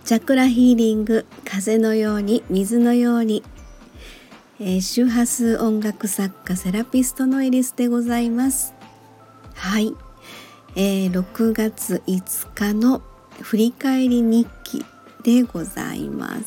チャクラヒーリング、風のように水のように、周波数音楽作家セラピストのエリスでございます。はい、6月5日の振り返り日記でございます。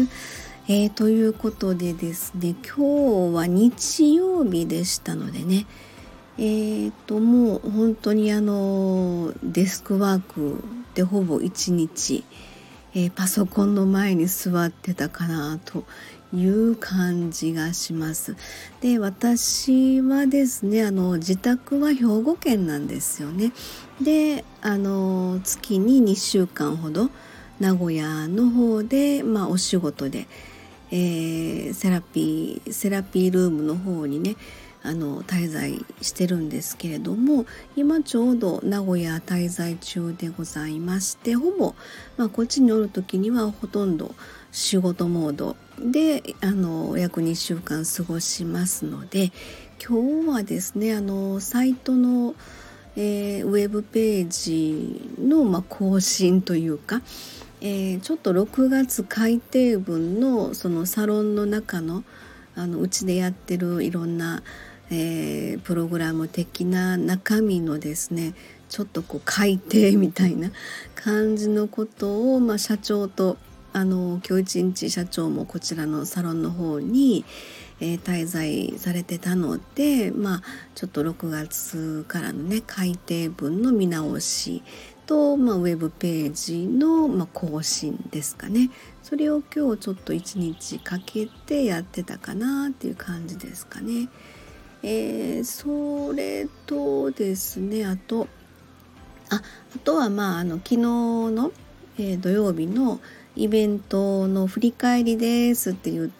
ということでですね、今日は日曜日でしたのでね、もう本当にデスクワークでほぼ一日、パソコンの前に座ってたかなという感じがします。で、私はですね、自宅は兵庫県なんですよね。で、月に2週間ほど名古屋の方で、お仕事で、セラピールームの方にね滞在してるんですけれども、今ちょうど名古屋滞在中でございまして、ほぼ、こっちにおる時にはほとんど仕事モードで約2週間過ごしますので、今日はですねサイトの、ウェブページの、更新というか、ちょっと6月改訂分のそのサロンの中のうちでやってるいろんな、プログラム的な中身のですね、ちょっと改訂みたいな感じのことを、社長と今日一日社長もこちらのサロンの方に、滞在されてたので、ちょっと6月からのね改訂文の見直しと、ウェブページの、更新ですかね。それを今日ちょっと一日かけてやってたかなっていう感じですかね。それとですね、あとは昨日の、土曜日のイベントの振り返りですって言って、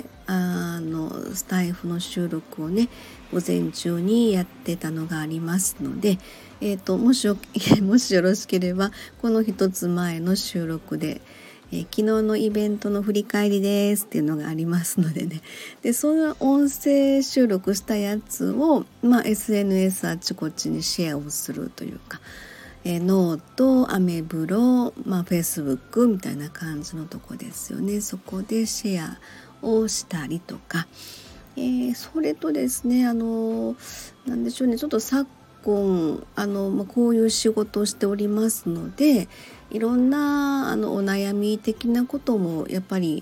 スタイフの収録をね午前中にやってたのがありますので、もしよろしければこの一つ前の収録で、昨日のイベントの振り返りですっていうのがありますのでね、でその音声収録したやつを、SNS あちこちにシェアをするというか、ノート、アメブロ、Facebook みたいな感じのとこですよね。そこでシェアをしたりとか、それとですねなんでしょうね、ちょっと昨今こういう仕事をしておりますので、いろんなお悩み的なこともやっぱり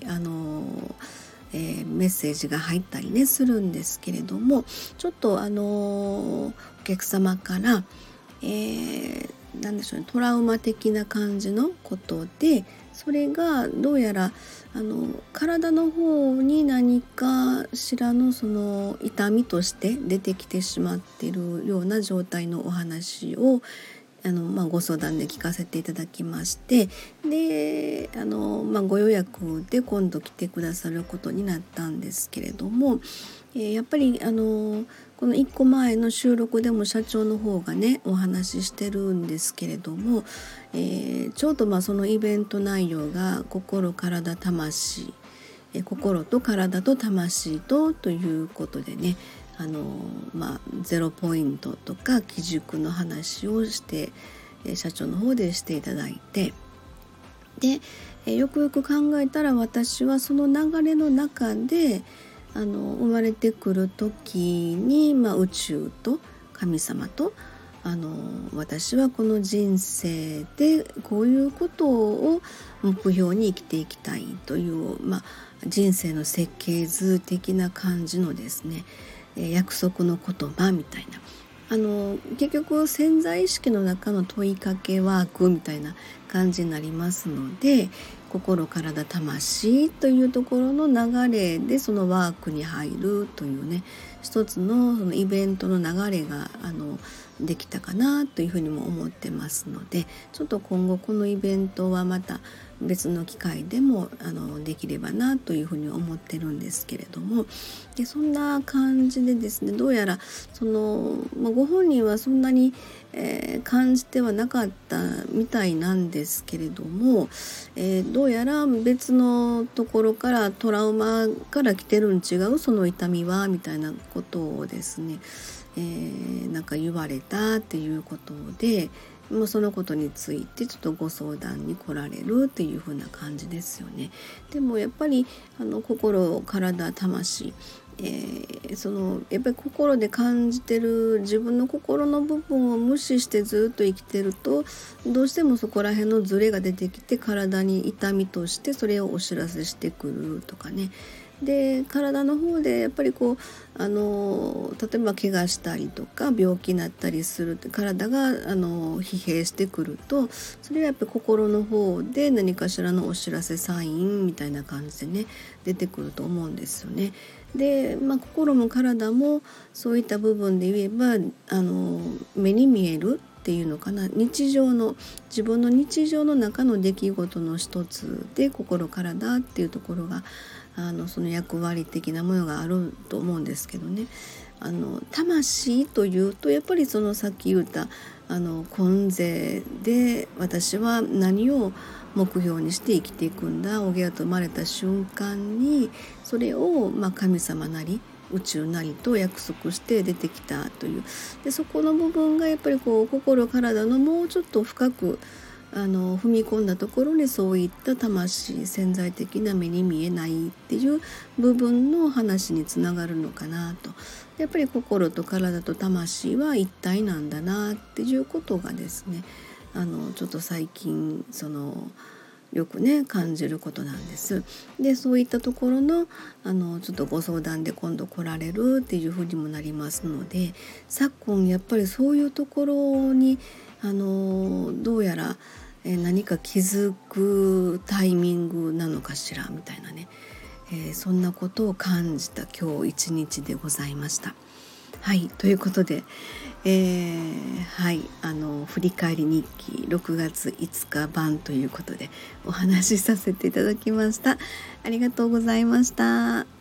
メッセージが入ったりねするんですけれども、ちょっとお客様からなんでしょうね、トラウマ的な感じのことで、それがどうやら体の方に何かしらのその痛みとして出てきてしまっているような状態のお話をご相談で聞かせていただきまして、でご予約で今度来てくださることになったんですけれども、やっぱりこの1個前の収録でも社長の方がねお話ししてるんですけれども、ちょうどそのイベント内容が心と体と魂ということでね、ゼロポイントとか基軸の話をして社長の方でしていただいて、でよくよく考えたら、私はその流れの中で生まれてくる時に、宇宙と神様と私はこの人生でこういうことを目標に生きていきたいという、人生の設計図的な感じのですね、約束の言葉みたいな、結局潜在意識の中の問いかけワークみたいな感じになりますので、心体魂というところの流れでそのワークに入るというね、一つのそのイベントの流れができたかなというふうにも思ってますので、ちょっと今後このイベントはまた別の機会でもできればなというふうに思ってるんですけれども、でそんな感じでですね、どうやらご本人はそんなに、感じてはなかったみたいなんですけれども、どうやら別のところからトラウマから来てるん違う、その痛みはみたいなことをですね、なんか言われたっていうことで、 もうそのことについてちょっとご相談に来られるっていう風な感じですよね。でもやっぱり心、体、魂、やっぱり心で感じてる自分の心の部分を無視してずっと生きてると、どうしてもそこら辺のズレが出てきて、体に痛みとしてそれをお知らせしてくるとかね。で体の方でやっぱり例えば怪我したりとか病気になったりするって体が疲弊してくると、それはやっぱり心の方で何かしらのお知らせサインみたいな感じでね出てくると思うんですよね。で、心も体もそういった部分で言えば目に見えるっていうのかな、自分の日常の中の出来事の一つで心、体っていうところがその役割的なものがあると思うんですけどね。魂というとやっぱりそのさっき言った根性で、私は何を目標にして生きていくんだ、おぎゃと生まれた瞬間にそれを神様なり宇宙なりと約束して出てきたという、でそこの部分がやっぱり心、体のもうちょっと深く踏み込んだところにそういった魂、潜在的な目に見えないっていう部分の話につながるのかなと。やっぱり心と体と魂は一体なんだなっていうことがですね、ちょっと最近よくね感じることなんです。でそういったところのちょっとご相談で今度来られるっていうふうにもなりますので、昨今やっぱりそういうところにどうやら何か気づくタイミングなのかしらみたいなね、そんなことを感じた今日一日でございました。はい、ということで、はい、振り返り日記6月5日版ということでお話しさせていただきました。ありがとうございました。